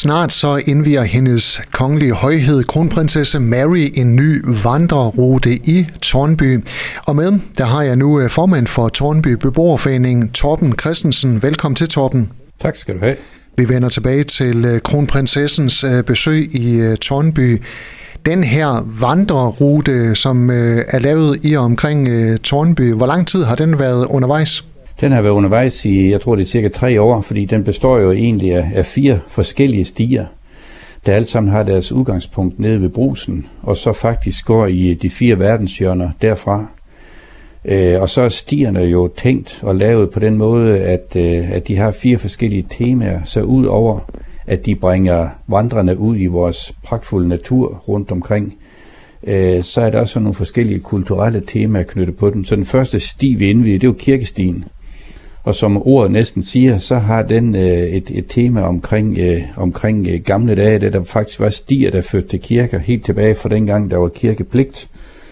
Snart så indvier hendes kongelige højhed, kronprinsesse Mary, en ny vandrerute i Tårnby. Og med, der har jeg nu formand for Tårnby Beboerforening, Torben Christensen. Velkommen til, Torben. Tak skal du have. Vi vender tilbage til kronprinsessens besøg i Tårnby. Den her vandrerute, som er lavet i og omkring Tårnby, hvor lang tid har den været undervejs? Den har været undervejs i, jeg tror det er cirka 3 år, fordi den består jo egentlig af 4 forskellige stier, der alle sammen har deres udgangspunkt nede ved Brugsen, og så faktisk går i de 4 verdenshjørner derfra. Og så er stierne jo tænkt og lavet på den måde, at de har 4 forskellige temaer, så ud over at de bringer vandrerne ud i vores pragtfulde natur rundt omkring, så er der også nogle forskellige kulturelle temaer knyttet på den. Så den første sti, vi indviger, det er jo kirkestien. Og som ordet næsten siger, så har den et tema omkring gamle dage, da der faktisk var stier, der førte til kirker, helt tilbage fra dengang, der var kirkepligt.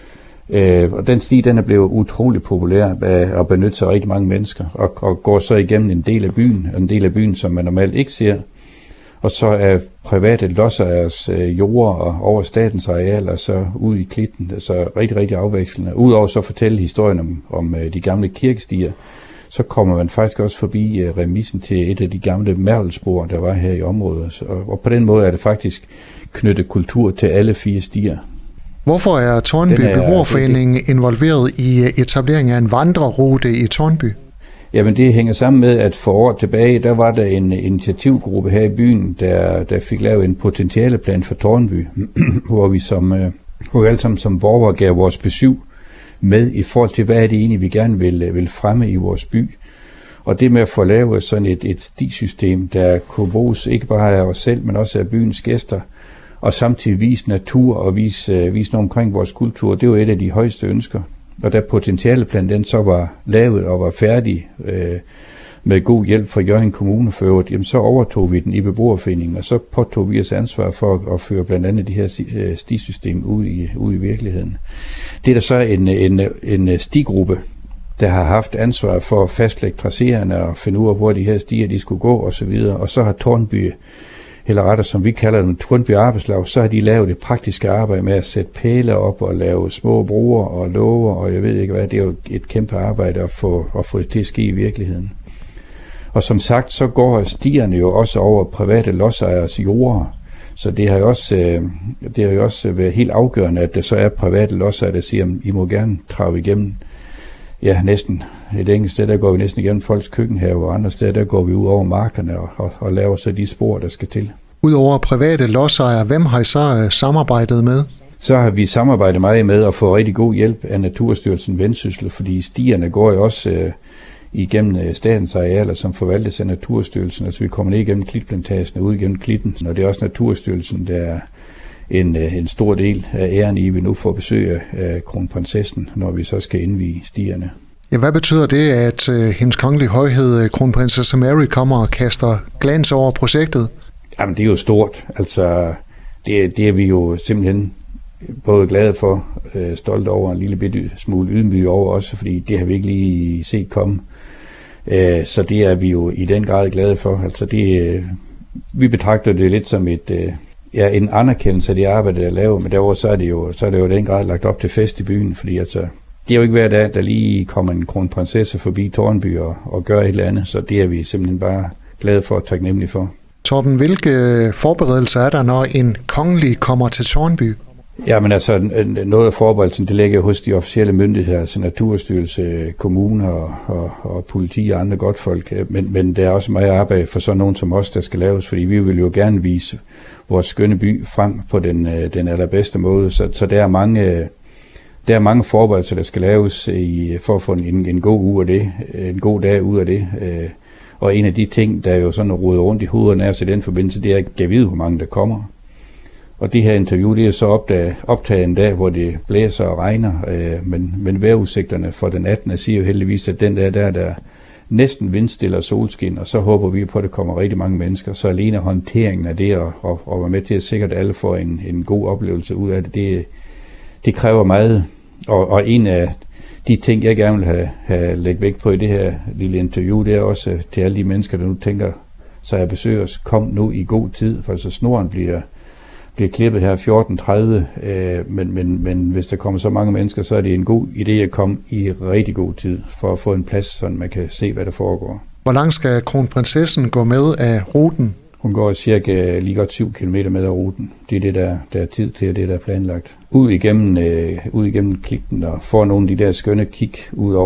Og den sti, den er blevet utrolig populær at benytte sig af rigtig mange mennesker, og går så igennem en del af byen, som man normalt ikke ser. Og så er private lodsejers jorder over statens arealer så ude i klitten, så rigtig, rigtig afvekslende. Udover så fortælle historien om de gamle kirkestier, så kommer man faktisk også forbi remisen til et af de gamle mærkelspor, der var her i området. Og på den måde er det faktisk knyttet kultur til alle 4 stier. Hvorfor er Tårnby Beboerforening involveret i etablering af en vandrerute i Tårnby? Jamen det hænger sammen med, at for år tilbage, der var der en initiativgruppe her i byen, der fik lavet en potentialeplan for Tårnby, hvor vi alle sammen som borgere gav vores besøg med i forhold til, hvad er det egentlig, vi gerne vil fremme i vores by. Og det med at få lavet sådan et stisystem, der kunne bruges ikke bare af os selv, men også af byens gæster, og samtidig vise natur og vise noget omkring vores kultur, det var et af de højeste ønsker. Og da potentialeplanen den så var lavet og var færdig med god hjælp fra Hjørring Kommune for øvrigt, jamen så overtog vi den i beboerforeningen, og så påtog vi os ansvar for at føre blandt andet de her stisystem ud i virkeligheden. Det er der så en stigruppe, der har haft ansvar for at fastlægge tracererne og finde ud af, hvor de her stier de skulle gå osv. Og så har Tårnby, eller rettere som vi kalder dem, Tårnby Arbejdslag, så har de lavet det praktiske arbejde med at sætte pæle op og lave små broer og låger, og jeg ved ikke hvad, det er jo et kæmpe arbejde at få det til at ske i virkeligheden. Og som sagt, så går stierne jo også over private lodsejers jorder, så det har jo også været helt afgørende, at der så er private lodsejere, der siger, I må gerne trave igennem. Ja, næsten. Et enkelt sted, der går vi næsten igennem folks køkkenhave, og andre steder, der går vi ud over markerne og laver så de spor, der skal til. Udover private lodsejere, hvem har I så samarbejdet med? Så har vi samarbejdet meget med at få rigtig god hjælp af Naturstyrelsen Vendsyssel, fordi stierne går jo også igennem statens arealer, som forvaltes af Naturstyrelsen. Altså vi kommer ned igennem klitplantagen og ud igennem klitten, og det er også Naturstyrelsen, der er en stor del af æren i, vi nu får besøg af kronprinsessen, når vi så skal indvie stierne. Ja, hvad betyder det, at hendes kongelige højhed, kronprinsesse Mary, kommer og kaster glans over projektet? Jamen, det er jo stort. Altså, det er vi jo simpelthen både glade for, stolte over, en lille bitte smule ydmyge over også, fordi det har vi ikke lige set komme. Så det er vi jo i den grad glade for. Altså, vi betragter det lidt som en anerkendelse af det arbejde, der er lavet, men derover så er det jo den grad lagt op til fest i byen, fordi altså, det er jo ikke hver dag, der lige kommer en kronprinsesse forbi Tårnby og gør et eller andet, så det er vi simpelthen bare glade for og taknemmelige for. Torben, hvilke forberedelser er der, når en kongelig kommer til Tårnby? Jamen altså, noget af forberedelsen, det ligger hos de officielle myndigheder, altså Naturstyrelse, kommuner og politi og andre godtfolk, men der er også meget arbejde for sådan nogen som os, der skal laves, fordi vi vil jo gerne vise vores skønne by frem på den allerbedste måde, så der er mange forberedelser, der skal laves for at få en god uge af det, en god dag ud af det. Og en af de ting, der jo sådan roder rundt i hovederne af den forbindelse, det er at vide, hvor mange der kommer. Og det her interview, det er så optaget en dag, hvor det blæser og regner, men vejrudsigterne for den 18. siger jo heldigvis, at den der næsten vindstille og solskin, og så håber vi på, at der kommer rigtig mange mennesker. Så alene håndteringen af det og være med til at sikre, at alle får en god oplevelse ud af det kræver meget. Og en af de ting, jeg gerne vil have lægge vægt på i det her lille interview, det er også til alle de mennesker, der nu tænker, så jeg besøger os, kom nu i god tid, for så snoren bliver klippet her 14.30, men hvis der kommer så mange mennesker, så er det en god idé at komme i rigtig god tid, for at få en plads, så man kan se, hvad der foregår. Hvor langt skal kronprinsessen gå med af ruten? Hun går cirka lige godt 7 km med af ruten. Det er det, der er tid til, og det, der er planlagt. Ud igennem Klitten og får nogle af de der skønne kig ud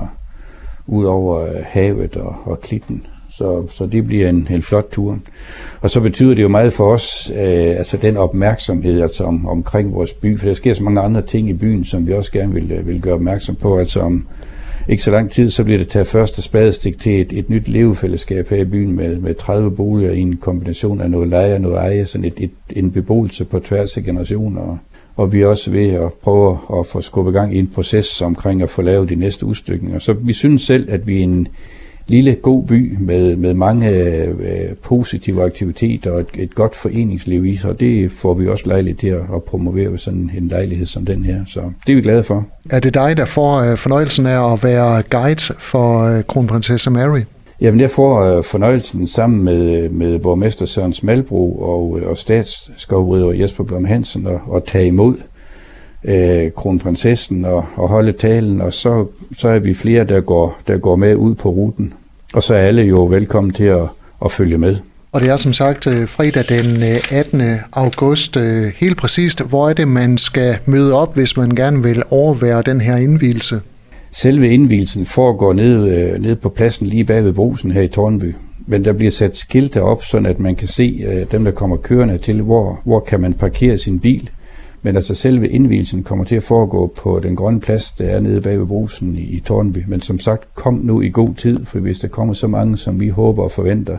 over havet og Klitten. Så det bliver en flot tur. Og så betyder det jo meget for os, altså den opmærksomhed altså omkring vores by, for der sker så mange andre ting i byen, som vi også gerne vil gøre opmærksom på. Altså om ikke så lang tid, så bliver det taget første spadestik til et nyt levefællesskab her i byen med 30 boliger i en kombination af noget leje og noget eje, sådan en beboelse på tværs af generationer. Og vi er også ved at prøve at få skubbet gang i en proces omkring at få lavet de næste udstykninger. Så vi synes selv, at vi er en lille god by med mange positive aktiviteter og et godt foreningsliv i, og det får vi også lejlighed til at promovere ved sådan en lejlighed som den her, så det er vi glade for. Er det dig, der får fornøjelsen af at være guide for kronprinsesse Mary? Jamen, jeg får fornøjelsen sammen med borgmester Søren Smalbro og statsskovrider Jesper Blom Hansen og tage imod kronprinsessen og holde talen, og så er vi flere, der går med ud på ruten. Og så er alle jo velkommen til at følge med. Og det er som sagt fredag den 18. august. Helt præcist, hvor er det, man skal møde op, hvis man gerne vil overvære den her indvielse? Selve indvielsen foregår nede på pladsen lige bag ved Brugsen her i Tårnby. Men der bliver sat skilte op, så at man kan se dem, der kommer kørende til, hvor kan man parkere sin bil. Men altså selve indvielsen kommer til at foregå på den grønne plads, der er nede bag ved Brugsen i Tårnby. Men som sagt, kom nu i god tid, for hvis der kommer så mange, som vi håber og forventer,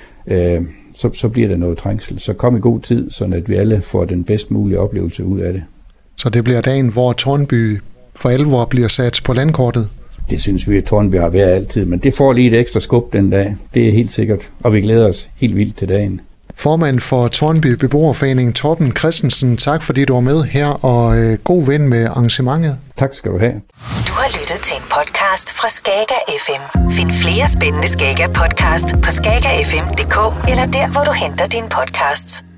så bliver der noget trængsel. Så kom i god tid, så at vi alle får den bedst mulige oplevelse ud af det. Så det bliver dagen, hvor Tårnby for alvor bliver sat på landkortet? Det synes vi, at Tårnby har været altid, men det får lige et ekstra skub den dag. Det er helt sikkert, og vi glæder os helt vildt til dagen. Formand for Tårnby Beboerforening, Torben Christensen, tak fordi du var med her, og god ven med arrangementet. Tak skal du have. Du har lyttet til en podcast fra Skager FM. Find flere spændende Skager podcast på skagerfm.dk eller der, hvor du henter dine podcasts.